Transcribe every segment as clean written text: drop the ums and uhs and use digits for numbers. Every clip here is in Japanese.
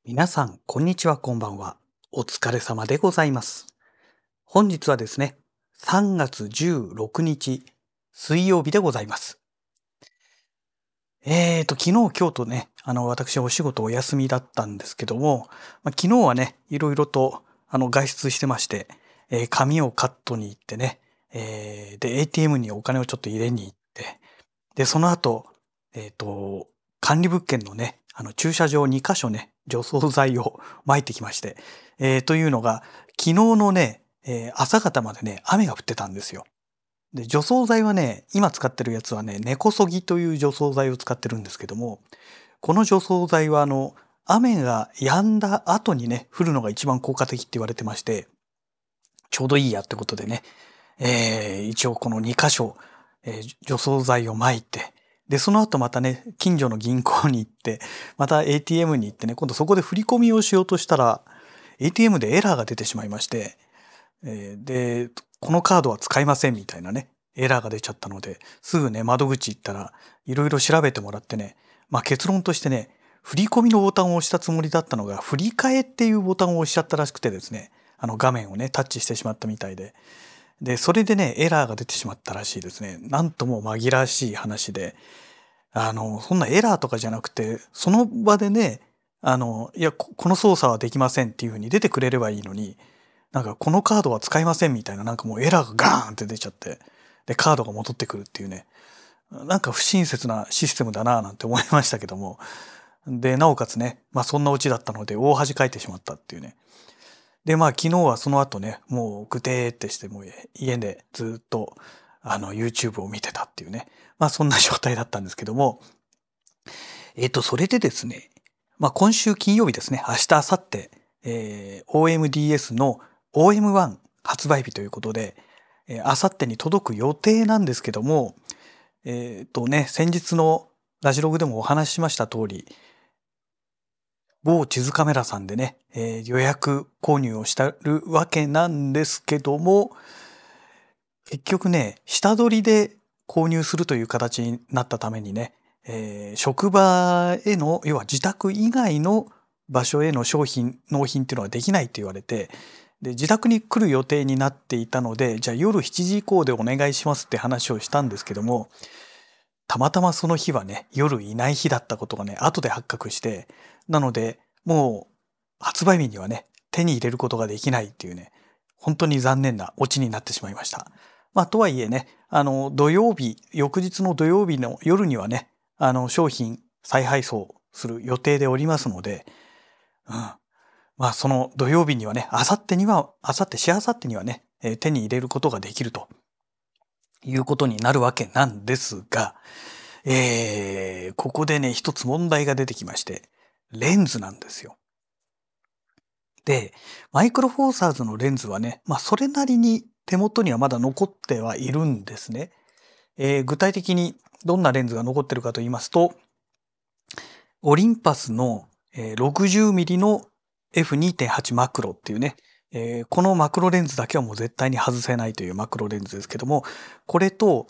皆さん、こんにちは、こんばんは。お疲れ様でございます。本日はですね、3月16日、水曜日でございます。昨日、今日とね、私はお仕事お休みだったんですけども、昨日はね、いろいろと、外出してまして、髪をカットに行ってね、で、ATM にお金をちょっと入れに行って、で、その後、えっと、管理物件のね、駐車場2箇所ね、除草剤を撒いてきまして、というのが、昨日のね、朝方までね、雨が降ってたんですよ。で、除草剤はね、今使ってるやつはね、根こそぎという除草剤を使ってるんですけども、この除草剤は雨が止んだ後にね、降るのが一番効果的って言われてまして、ちょうどいいやってことでね、一応この2箇所、除草剤を撒いて、で、その後またね、近所の銀行に行って、また ATM に行ってね、今度そこで振り込みをしようとしたら、ATM でエラーが出てしまいまして、で、このカードは使いませんみたいなね、エラーが出ちゃったので、すぐね、窓口行ったら、いろいろ調べてもらってね、結論としてね、振り込みのボタンを押したつもりだったのが、振り替えっていうボタンを押しちゃったらしくてですね、画面をね、タッチしてしまったみたいで、で、それでね、エラーが出てしまったらしいですね。なんとも紛らわしい話で、そんなエラーとかじゃなくて、その場でね、いや、この操作はできませんっていう風に出てくれればいいのに、なんかこのカードは使いませんみたいな、なんかもうエラーがガーンって出ちゃって、で、カードが戻ってくるっていうね、なんか不親切なシステムだなぁなんて思いましたけども、で、なおかつね、そんなオチだったので大恥かいてしまったっていうね。で、昨日はその後ね、もうぐてーってして、もう家でずっと、YouTube を見てたっていうね。そんな状態だったんですけども、それでですね、今週金曜日ですね、明日、明後日、OMDS の OM1 発売日ということで、明後日に届く予定なんですけども、先日のラジログでもお話ししました通り、某地図カメラさんでね、予約購入をしてるわけなんですけども、結局ね、下取りで購入するという形になったためにね、職場への、要は自宅以外の場所への商品、納品っていうのはできないって言われて、で、自宅に来る予定になっていたので、じゃあ夜7時以降でお願いしますって話をしたんですけども、たまたまその日はね、夜いない日だったことがね、後で発覚して、なので、もう発売日にはね、手に入れることができないっていうね、本当に残念なオチになってしまいました。とはいえね、土曜日、翌日の土曜日の夜にはね、商品再配送する予定でおりますので、うん。その土曜日にはね、あさってには、あさって、しあさってにはね、手に入れることができるということになるわけなんですが、ここでね、一つ問題が出てきまして、レンズなんですよ。で、マイクロフォーサーズのレンズはね、それなりに手元にはまだ残ってはいるんですね。具体的にどんなレンズが残ってるかと言いますと、オリンパスの 60mm の F2.8 マクロっていうね、このマクロレンズだけはもう絶対に外せないというマクロレンズですけども、これと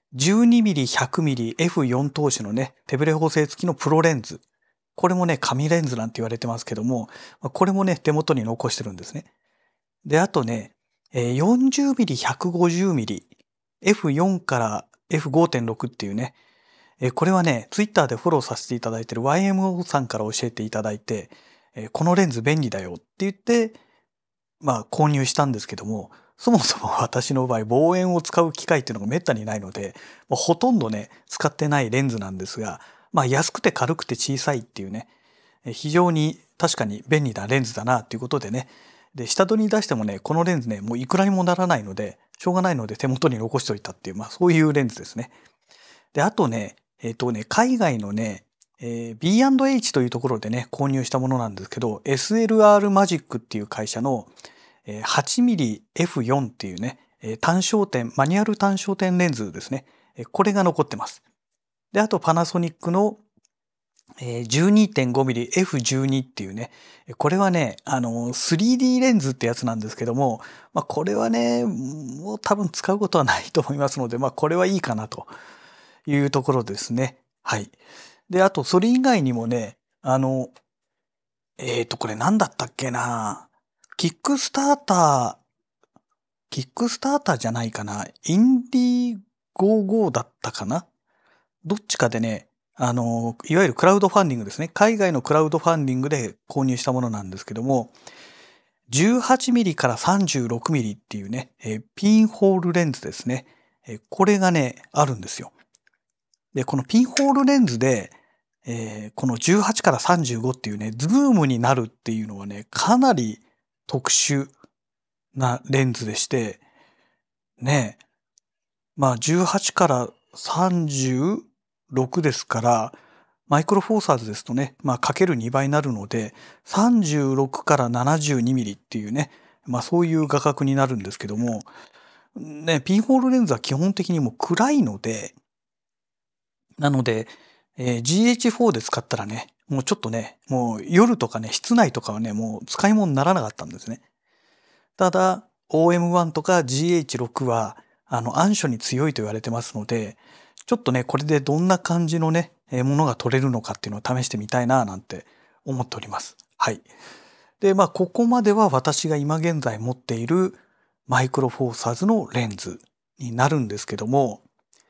12mm、100mm、F4 投資のね、手ブレ補正付きのプロレンズ。これもね、紙レンズなんて言われてますけども、これもね、手元に残してるんですね。で、あとね、40mm、150mm、F4 から F5.6 っていうね、これはね、ツイッターでフォローさせていただいている YMO さんから教えていただいて、このレンズ便利だよって言って、購入したんですけども、そもそも私の場合、望遠を使う機会っていうのが滅多にないので、ほとんどね、使ってないレンズなんですが、安くて軽くて小さいっていうね、非常に確かに便利なレンズだなっていうことでね、で、下取りに出してもね、このレンズね、もういくらにもならないので、しょうがないので手元に残しておいたっていう、そういうレンズですね。で、あとね、海外のね、B&H というところでね、購入したものなんですけど、SLR マジックっていう会社の 8mmF4 っていうね、単焦点、マニュアル単焦点レンズですね。これが残ってます。で、あとパナソニックの 12.5mmF12 っていうね、これはね、3D レンズってやつなんですけども、これはね、もう多分使うことはないと思いますので、これはいいかなというところですね。はい。で、あと、それ以外にもね、 これ何だったっけな。キックスターターじゃないかな。インディゴーゴーだったかな。どっちかでね、いわゆるクラウドファンディングですね。海外のクラウドファンディングで購入したものなんですけども、18ミリから36ミリっていうね、ピンホールレンズですね。これがね、あるんですよ。で、このピンホールレンズで、この18から35っていうね、ズームになるっていうのはね、かなり特殊なレンズでして、ね、まあ18から36ですから、マイクロフォーサーズですとね、まあかける2倍になるので、36から72ミリっていうね、まあそういう画角になるんですけども、ね、ピンホールレンズは基本的にもう暗いので、なので、GH4 で使ったらね、もうちょっとね、もう夜とかね、室内とかはね、もう使い物にならなかったんですね。ただ、OM1 とか GH6 は、暗所に強いと言われてますので、ちょっとね、これでどんな感じのね、ものが撮れるのかっていうのを試してみたいな、なんて思っております。はい。で、まあ、ここまでは私が今現在持っているマイクロフォーサーズのレンズになるんですけども、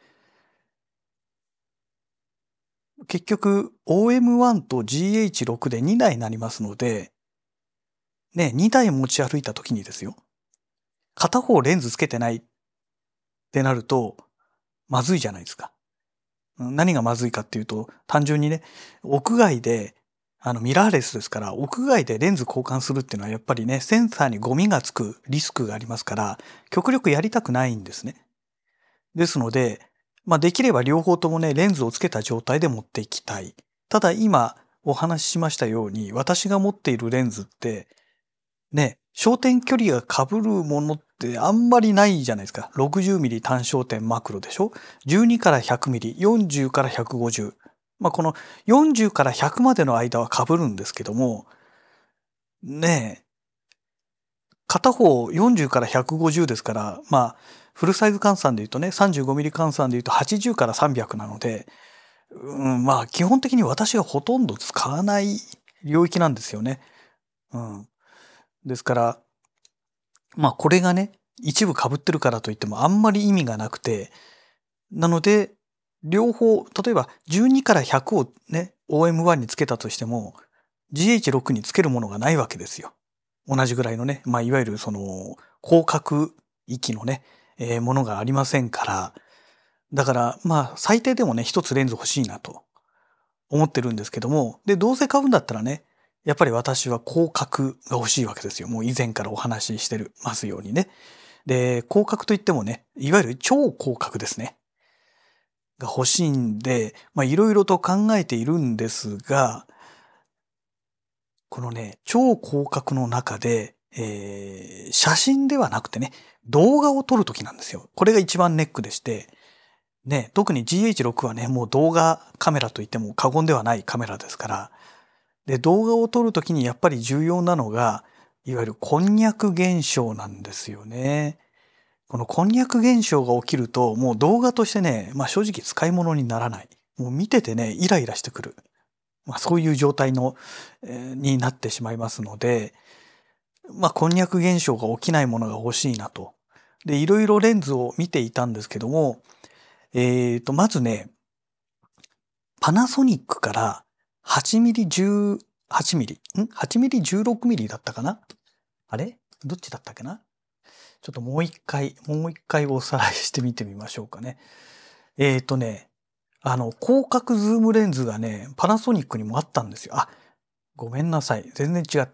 結局 OM1 と GH6 で2台になりますので、ね、2台持ち歩いた時にですよ。片方レンズつけてないってなると、まずいじゃないですか。何がまずいかっていうと、単純にね、屋外で、ミラーレスですから、屋外でレンズ交換するっていうのはやっぱりね、センサーにゴミがつくリスクがありますから、極力やりたくないんですね。ですので、まあできれば両方ともね、レンズをつけた状態で持っていきたい。ただ今お話ししましたように、私が持っているレンズって、ね、焦点距離が被るものってあんまりないじゃないですか。60ミリ単焦点マクロでしょ？ 12 から100ミリ、40から150。まあこの40から100までの間は被るんですけども、ねえ、片方40から150ですから、まあ、フルサイズ換算で言うとね、35ミリ換算で言うと80から300なので、まあ基本的に私がほとんど使わない領域なんですよね。うん。ですから、まあこれがね、一部被ってるからといってもあんまり意味がなくて、なので、両方、例えば12から100をね、OM1 につけたとしても、GH6 につけるものがないわけですよ。同じぐらいのね、まあいわゆるその、広角域のね、ものがありませんから、だからまあ最低でもね、一つレンズ欲しいなと思ってるんですけども、で、どうせ買うんだったらね、やっぱり私は広角が欲しいわけですよ。もう以前からお話ししてますようにね。で、広角といってもね、いわゆる超広角ですね。が欲しいんで、まあいろいろと考えているんですが、このね、超広角の中で、写真ではなくてね、動画を撮るときなんですよ。これが一番ネックでして、ね、特に GH6 はね、もう動画カメラといっても過言ではないカメラですから、で、動画を撮るときにやっぱり重要なのが、いわゆるこんにゃく現象なんですよね。このこんにゃく現象が起きると、もう動画としてね、まあ正直使い物にならない。もう見ててね、イライラしてくる。まあそういう状態の、になってしまいますので、まあこんにゃく現象が起きないものが欲しいなと。で、いろいろレンズを見ていたんですけども、まずね、パナソニックから8ミリ18ミリ、8ミリ16ミリだったかな。あれどっちだったっけな。ちょっともう一回おさらいしてみてみましょうかね。ね、広角ズームレンズがね、パナソニックにもあったんですよ。あ、ごめんなさい。全然違った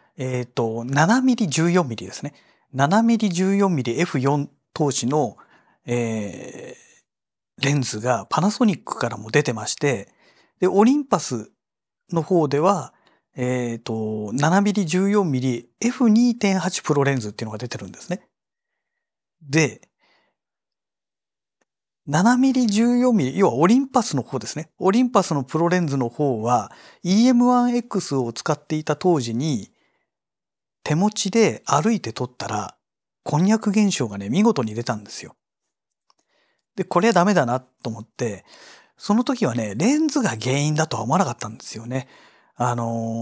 。7ミリ14ミリですね。7ミリ14ミリ F4 投資の、レンズがパナソニックからも出てまして、で、オリンパスの方では、7ミリ14ミリ F2.8 プロレンズっていうのが出てるんですね。で、7ミリ14ミリ、要はオリンパスの方ですね。オリンパスのプロレンズの方は EM1X を使っていた当時に手持ちで歩いて撮ったら、こんにゃく現象がね、見事に出たんですよ。で、これはダメだなと思って、その時はね、レンズが原因だとは思わなかったんですよね。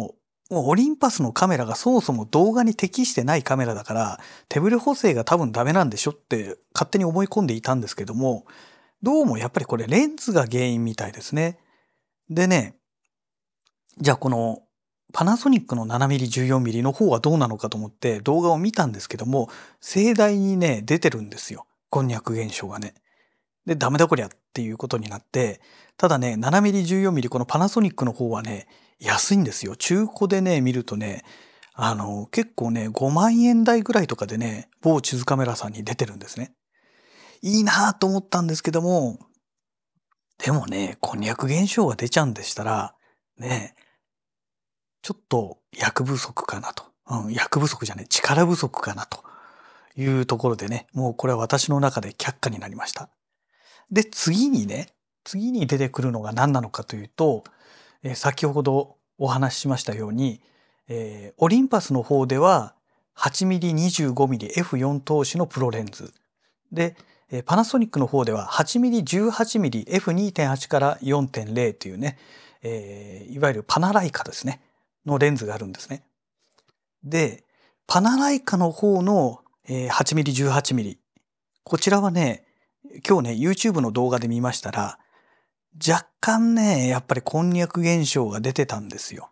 もうオリンパスのカメラがそもそも動画に適してないカメラだから、手ブレ補正が多分ダメなんでしょって勝手に思い込んでいたんですけども、どうもやっぱりこれレンズが原因みたいですね。でね、じゃあこのパナソニックの 7mm、14mm の方はどうなのかと思って動画を見たんですけども、盛大にね、出てるんですよ。こんにゃく現象がね。で、ダメだこりゃっていうことになって、ただね、7mm、14mm このパナソニックの方はね、安いんですよ。中古でね、見るとね、結構ね、5万円台ぐらいとかでね、某地図カメラさんに出てるんですね。いいなぁと思ったんですけども、でもね、こんにゃく現象が出ちゃうんでしたら、ね、ちょっと役不足かなと。役不足じゃない、力不足かなというところでね、もうこれは私の中で却下になりました。で、次に出てくるのが何なのかというと、先ほどお話ししましたように、オリンパスの方では 8mm、25mm、F4 投資のプロレンズ。で、パナソニックの方では 8mm、18mm、F2.8 から 4.0 というね、いわゆるパナライカですね、のレンズがあるんですね。で、パナライカの方の 8mm、18mm。こちらはね、今日ね、YouTube の動画で見ましたら、若干ね、やっぱりこんにゃく現象が出てたんですよ。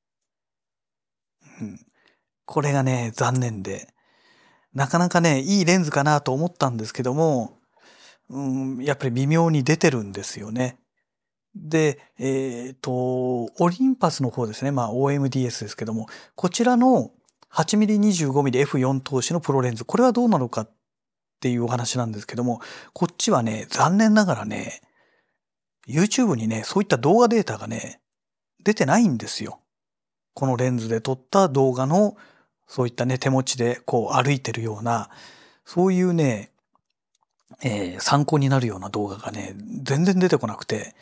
これがね、残念で。なかなかね、いいレンズかなと思ったんですけども、やっぱり微妙に出てるんですよね。で、オリンパスの方ですね。OMDS ですけども、こちらの 8mm、25mm、F4 投資のプロレンズ、これはどうなのかっていうお話なんですけども、こっちはね、残念ながらね、YouTube にね、そういった動画データがね、出てないんですよ。このレンズで撮った動画の、そういったね、手持ちでこう歩いてるような、そういうね、参考になるような動画がね、全然出てこなくて、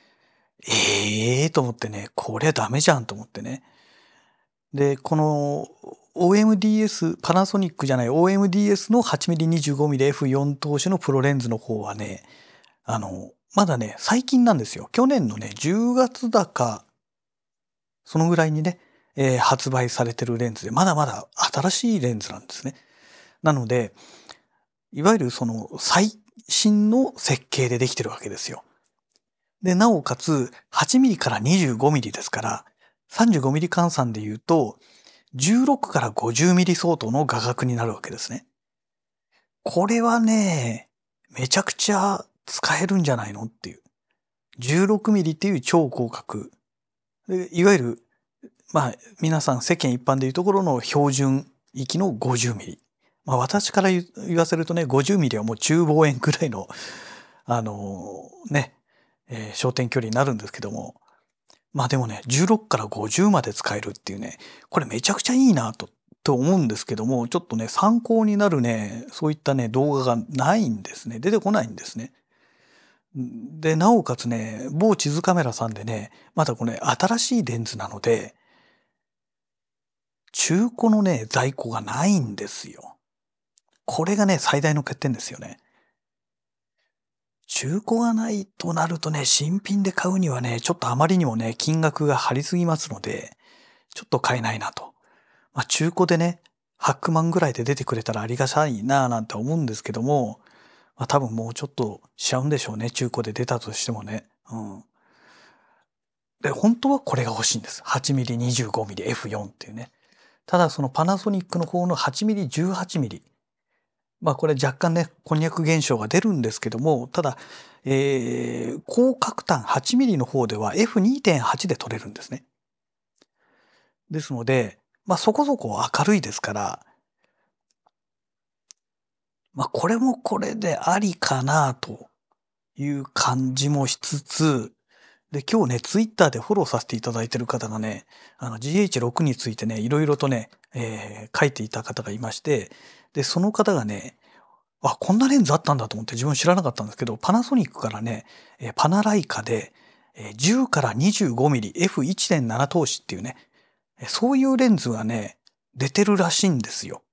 と思ってね、これダメじゃんと思ってね。で、この OMDS、パナソニックじゃない OMDS の 8mm25mm F4 投資のプロレンズの方はね、まだね、最近なんですよ。去年のね、10月だか、そのぐらいにね、発売されてるレンズで、まだまだ新しいレンズなんですね。なので、いわゆるその最新の設計でできてるわけですよ。で、なおかつ、8ミリから25ミリですから、35ミリ換算で言うと、16から50ミリ相当の画角になるわけですね。これはね、めちゃくちゃ使えるんじゃないのっていう。16ミリっていう超広角。いわゆる、皆さん世間一般でいうところの標準域の50ミリ。私から言わせるとね、50ミリはもう中望遠くらいの、焦点距離になるんですけども、でもね、16から50まで使えるっていうね、これめちゃくちゃいいなと思うんですけども、ちょっとね、参考になるね、そういったね、動画がないんですね。出てこないんですね。で、なおかつね、某地図カメラさんでね、まだこれ新しいレンズなので、中古のね、在庫がないんですよ。これがね、最大の欠点ですよね。中古がないとなるとね、新品で買うにはね、ちょっとあまりにもね、金額が張りすぎますので、ちょっと買えないなと。中古でね、8万ぐらいで出てくれたらありがたいなぁなんて思うんですけども、多分もうちょっとしちゃうんでしょうね、中古で出たとしてもね。で、本当はこれが欲しいんです。8mm、25mm、F4 っていうね。ただそのパナソニックの方の 8mm、18mm。これ若干ね、こんにゃく現象が出るんですけども、ただ、広角端 8mm の方では F2.8 で撮れるんですね。ですので、そこそこ明るいですから、これもこれでありかなという感じもしつつ、で、今日ね、ツイッターでフォローさせていただいている方がね、GH6 についてね、いろいろとね、書いていた方がいまして、で、その方がね、こんなレンズあったんだと思って自分知らなかったんですけど、パナソニックからね、パナライカで、10から 25mm F1.7 投資っていうね、そういうレンズがね、出てるらしいんですよ。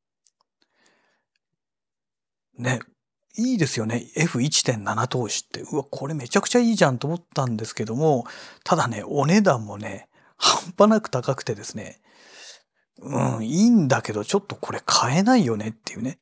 ね、いいですよね。F1.7 投資って。これめちゃくちゃいいじゃんと思ったんですけども、ただね、お値段もね、 半端なく高くてですね、いいんだけど、ちょっとこれ買えないよねっていうね。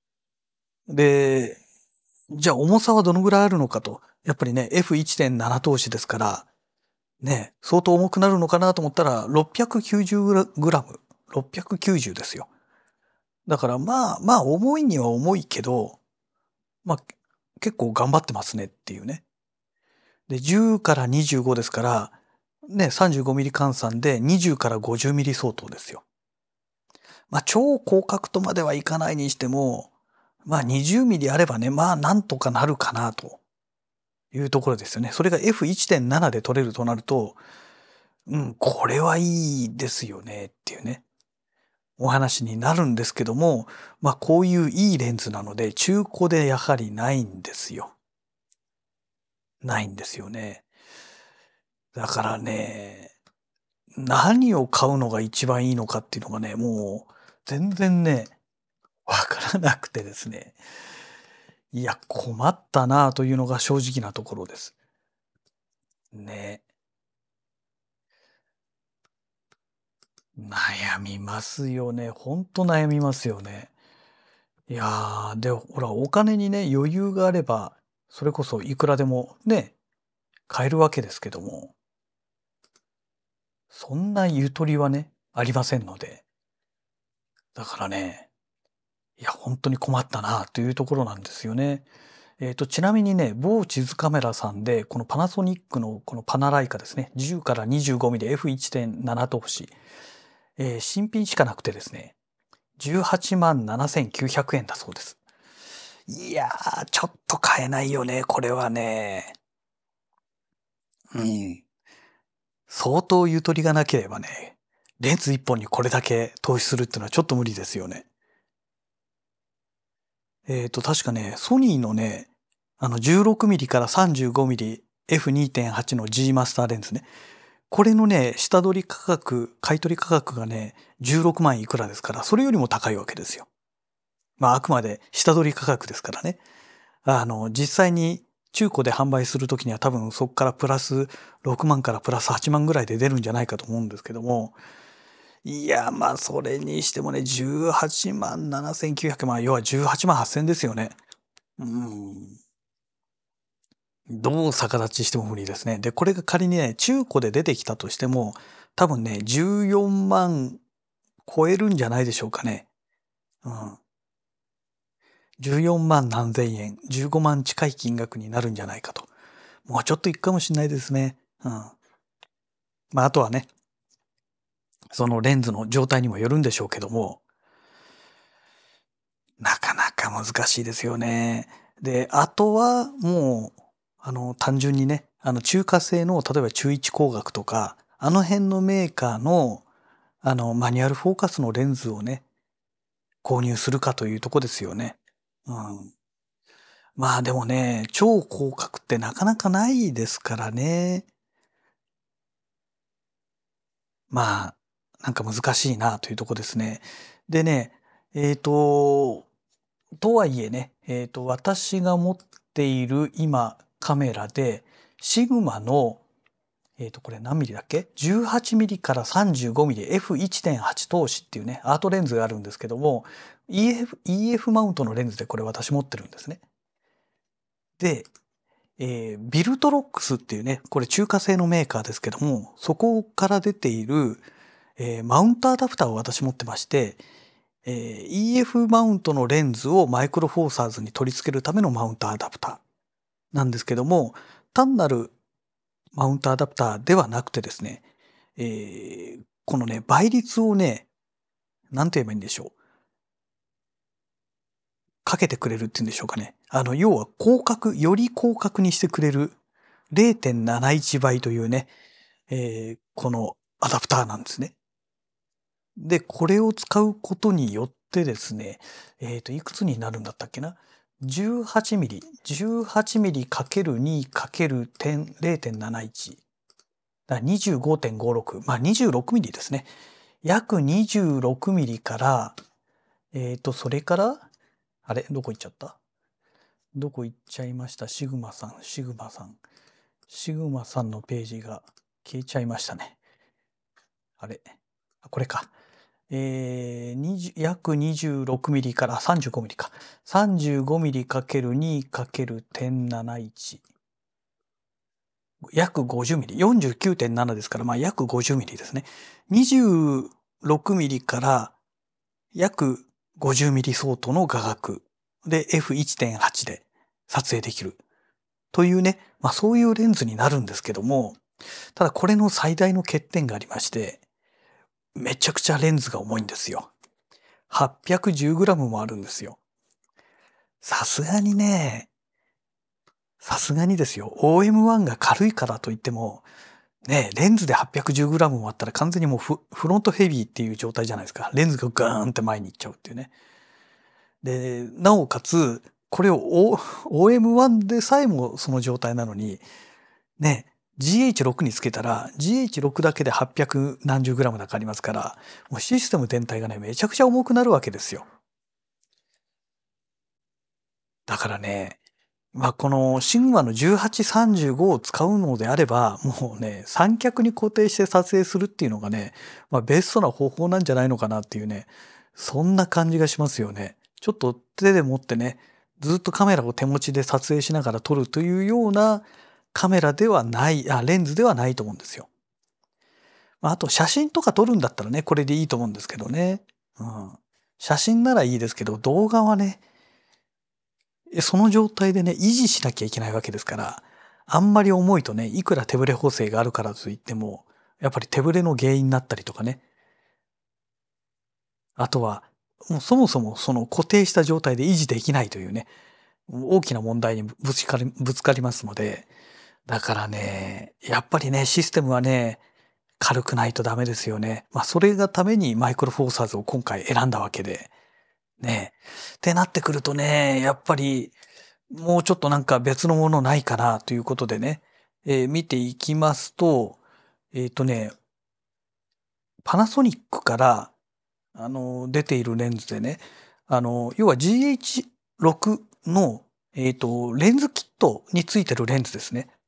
で、じゃあ重さはどのぐらいあるのかと。やっぱりね、F1.7 投資ですから、ね、相当重くなるのかなと思ったら、690グラム。690ですよ。だからまあ重いには重いけど、まあ結構頑張ってますねっていうね。で、10から25ですから、ね、35ミリ換算で20から50ミリ相当ですよ。まあ超広角とまではいかないにしても、まあ20ミリあればね、まあなんとかなるかなというところですよね。それが F1.7 で取れるとなると、これはいいですよねっていうね、お話になるんですけども、まあこういういいレンズなので中古でやはりないんですよ。ないんですよね。だからね、何を買うのが一番いいのかっていうのがね、もう全然ね、わからなくてですね。いや、困ったなというのが正直なところです。ね。悩みますよね。ほんと悩みますよね。いやー、で、ほら、お金にね、余裕があれば、それこそいくらでもね、買えるわけですけども、そんなゆとりはね、ありませんので。だからね、いや、ほんとに困ったなというところなんですよね。ちなみにね、某地図カメラさんで、このパナソニックのこのパナライカですね、10から 25mm F1.7 投資、新品しかなくてですね、18万7900円だそうです。いやー、ちょっと買えないよね、これはね。うん。相当ゆとりがなければね、レンズ1本にこれだけ投資するっていうのはちょっと無理ですよね。確かね、ソニーのね、16ミリから35ミリ F2.8 の G マスターレンズね。これのね、下取り価格、買取価格がね、16万いくらですから、それよりも高いわけですよ。まあ、あくまで下取り価格ですからね。実際に中古で販売するときには多分そこからプラス6万からプラス8万ぐらいで出るんじゃないかと思うんですけども、いや、まあ、それにしてもね、18万7900万、要は18万8000ですよね。うん。どう逆立ちしても無理ですね。で、これが仮にね、中古で出てきたとしても、多分ね、14万超えるんじゃないでしょうかね。うん。14万何千円、15万近い金額になるんじゃないかと。もうちょっといくかもしれないですね。うん。まあ、あとはね、そのレンズの状態にもよるんでしょうけども、なかなか難しいですよね。で、あとはもう、単純にね、中華製の、例えば中一光学とか、あの辺のメーカーの、マニュアルフォーカスのレンズをね、購入するかというとこですよね。うん。まあでもね、超広角ってなかなかないですからね。まあ、なんか難しいなというとこですね。でね、えっと、とはいえね、私が持っている今カメラで、シグマの、これ何ミリだっけ ?18 ミリから35ミリ F1.8 投資っていうね、アートレンズがあるんですけども、EF マウントのレンズでこれ私持ってるんですね。で、ビルトロックスっていうね、これ中華製のメーカーですけども、そこから出ている、マウントアダプターを私持ってまして、EF マウントのレンズをマイクロフォーサーズに取り付けるためのマウントアダプターなんですけども、単なるマウントアダプターではなくてですね、このね、倍率をね、なんて言えばいいんでしょう。かけてくれるっていうんでしょうかね。要は広角、より広角にしてくれる0.71倍というね、このアダプターなんですね。で、これを使うことによってですね、いくつになるんだったっけな ?18 ミリ。18ミリ ×2×0.71。だから25.56。まあ、26ミリですね。約26ミリから、それから、あれどこ行っちゃったどこ行っちゃいましたシグマさん、シグマさん。シグマさんのページが消えちゃいましたね。 あれ、これか。約26ミリから35ミリか。35ミリかける2かける1071。約50ミリ。49.7ですから、まあ約50ミリですね。26ミリから約50ミリ相当の画角で F1.8 で撮影できる。というね、まあそういうレンズになるんですけども、ただこれの最大の欠点がありまして、めちゃくちゃレンズが重いんですよ。810g もあるんですよ。さすがにね、さすがにですよ。OM1 が軽いからといっても、ね、レンズで 810g もあったら完全にもうフロントヘビーっていう状態じゃないですか。レンズがガーンって前に行っちゃうっていうね。で、なおかつ、これを OM1 でさえもその状態なのに、ね、GH6 につけたら、GH6 だけで800何十グラムだかありますから、もうシステム全体がね、めちゃくちゃ重くなるわけですよ。だからね、まあ、このシグマの1835を使うのであれば、もうね、三脚に固定して撮影するっていうのがね、まあ、ベストな方法なんじゃないのかなっていうね、そんな感じがしますよね。ちょっと手で持ってね、ずっとカメラを手持ちで撮影しながら撮るというようなカメラではない、レンズではないと思うんですよ。まあ、あと写真とか撮るんだったらね、これでいいと思うんですけどね。うん。写真ならいいですけど、動画はね、その状態でね、維持しなきゃいけないわけですから、あんまり重いとね、いくら手ぶれ補正があるからといっても、やっぱり手ぶれの原因になったりとかね。あとは、もうそもそもその固定した状態で維持できないというね、大きな問題にぶつかりますので、だからね、やっぱりね、システムはね、軽くないとダメですよね。まあ、それがためにマイクロフォーサーズを今回選んだわけで、ね。ってなってくるとね、やっぱり、もうちょっとなんか別のものないかなということでね、見ていきますと、ね、パナソニックから、出ているレンズでね、要は GH6 の、レンズキットについてるレンズですね。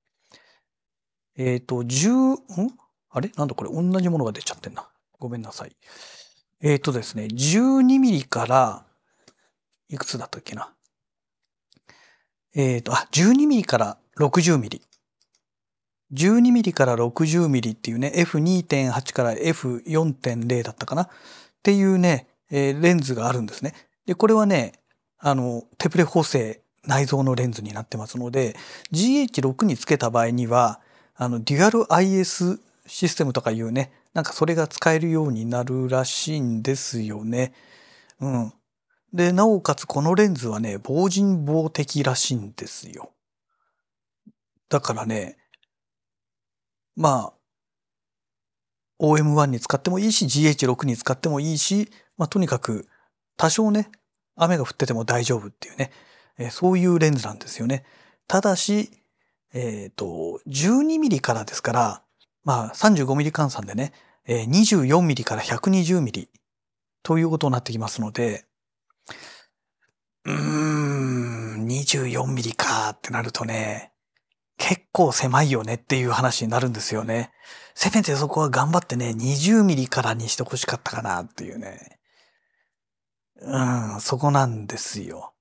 あれなんだこれ同じものが出ちゃってんな。ごめんなさい。ですね、12ミリから、いくつだったっけな。12ミリから60ミリ。12ミリから60ミリっていうね、F2.8 から F4.0 だったかなっていうね、レンズがあるんですね。で、これはね、手ブレ補正内蔵のレンズになってますので、GH6 につけた場合には、デュアル IS システムとかいうね、なんかそれが使えるようになるらしいんですよね。うん。で、なおかつこのレンズはね、防塵防滴らしいんですよ。だからね、まあ、OM1 に使ってもいいし、GH6 に使ってもいいし、まあ、とにかく、多少ね、雨が降ってても大丈夫っていうね、そういうレンズなんですよね。ただし、12ミリからですから、まあ、35ミリ換算でね、24ミリから120ミリということになってきますので、24ミリかってなるとね、結構狭いよねっていう話になるんですよね。せめてそこは頑張ってね、20ミリからにしてほしかったかなっていうね。そこなんですよ。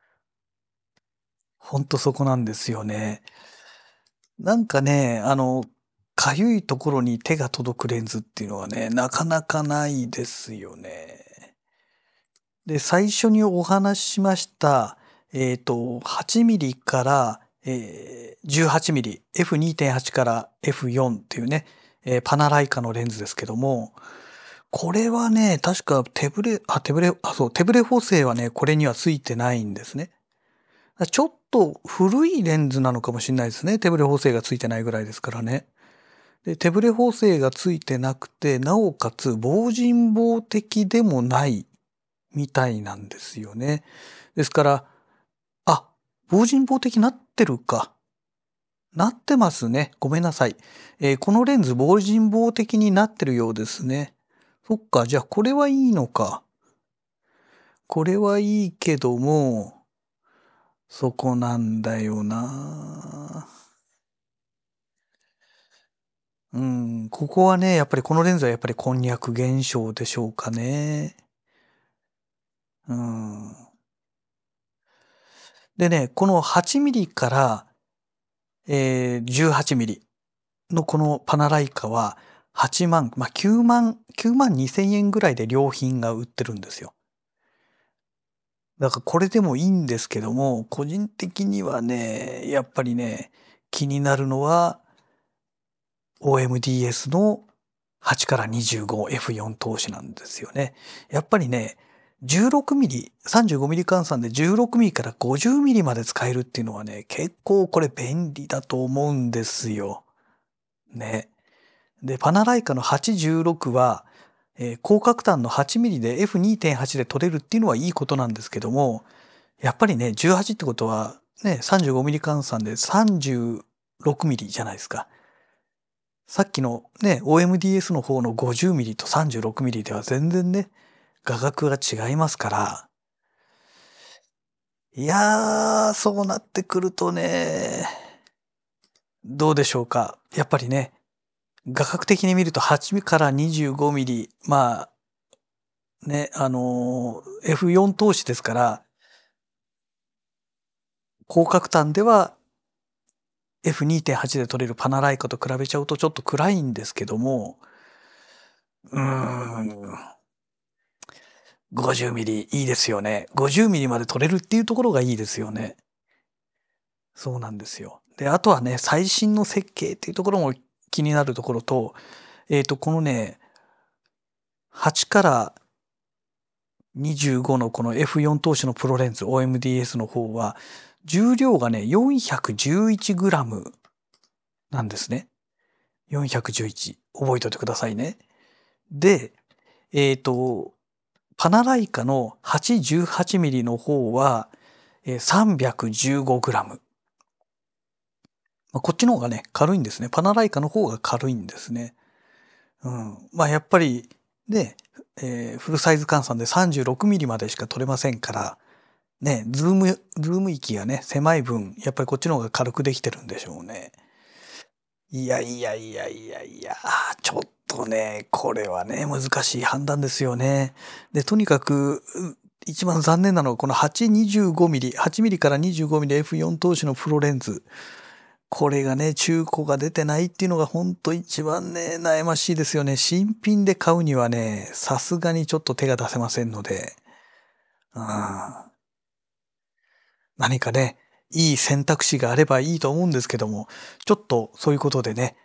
ほんとそこなんですよね。なんかね、かゆいところに手が届くレンズっていうのはね、なかなかないですよね。で、最初にお話ししました、8ミリから、18ミリ、F2.8 から F4 っていうね、パナライカのレンズですけども、これはね、確か手ブレ補正はね、これにはついてないんですね。ちょっと古いレンズなのかもしれないですね。手ブレ補正がついてないぐらいですからね。で、手ブレ補正がついてなくて、なおかつ防塵防滴でもないみたいなんですよね。ですから、防塵防滴なってるか。なってますね。ごめんなさい。このレンズ防塵防滴になってるようですね。そっか、じゃあこれはいいのか。これはいいけども、そこなんだよな。 ここはね、やっぱりこのレンズはやっぱりこんにゃく現象でしょうかね。でね、この8ミリから、18ミリのこのパナライカは8万、9万2千円ぐらいで良品が売ってるんですよ。だからこれでもいいんですけども、個人的にはね、やっぱりね、気になるのは OMDS の8から 25F4 投資なんですよね。やっぱりね、16ミリ、35ミリ換算で16ミリから50ミリまで使えるっていうのはね、結構これ便利だと思うんですよ。ね。で、パナライカの816は、広角端の8ミリで F2.8 で撮れるっていうのはいいことなんですけども、やっぱりね、18ってことはね、35ミリ換算で36ミリじゃないですか。さっきのね、OMDS の方の50ミリと36ミリでは全然ね、画角が違いますから、いやー、そうなってくるとね、どうでしょうか。やっぱりね、画角的に見ると8から25ミリ、ね、F4 投資ですから、広角端では F2.8 で撮れるパナライカと比べちゃうとちょっと暗いんですけども、50ミリいいですよね。50ミリまで撮れるっていうところがいいですよね。そうなんですよ。で、あとはね、最新の設計っていうところも気になるところと、このね、8から25のこの F4 投資のプロレンズ OMDS の方は、重量がね、411g なんですね。411。覚えておいてくださいね。で、パナライカの 818mm の方は、315g。こっちの方がね、軽いんですね。パナライカの方が軽いんですね。やっぱり、ね、フルサイズ換算で 36mm までしか撮れませんから、ね、ズーム域がね、狭い分、やっぱりこっちの方が軽くできてるんでしょうね。いや、ちょっとね、これはね、難しい判断ですよね。で、とにかく、一番残念なのはこの 825mm、8mm から 25mm F4 投資のプロレンズ。これがね、中古が出てないっていうのがほんと一番ね、悩ましいですよね。新品で買うにはね、さすがにちょっと手が出せませんので。何かね、いい選択肢があればいいと思うんですけども、ちょっとそういうことでね、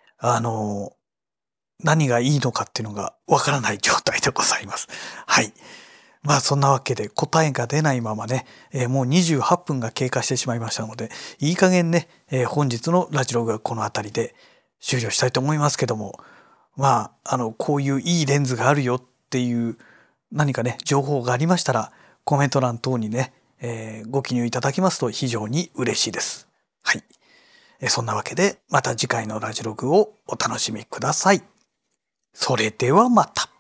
何がいいのかっていうのがわからない状態でございます。はい。そんなわけで答えが出ないままね、もう28分が経過してしまいましたので、いい加減ね、本日のラジログはこの辺りで終了したいと思いますけども、こういういいレンズがあるよっていう何かね、情報がありましたら、コメント欄等にね、ご記入いただきますと非常に嬉しいです。はい。そんなわけで、また次回のラジログをお楽しみください。それではまた。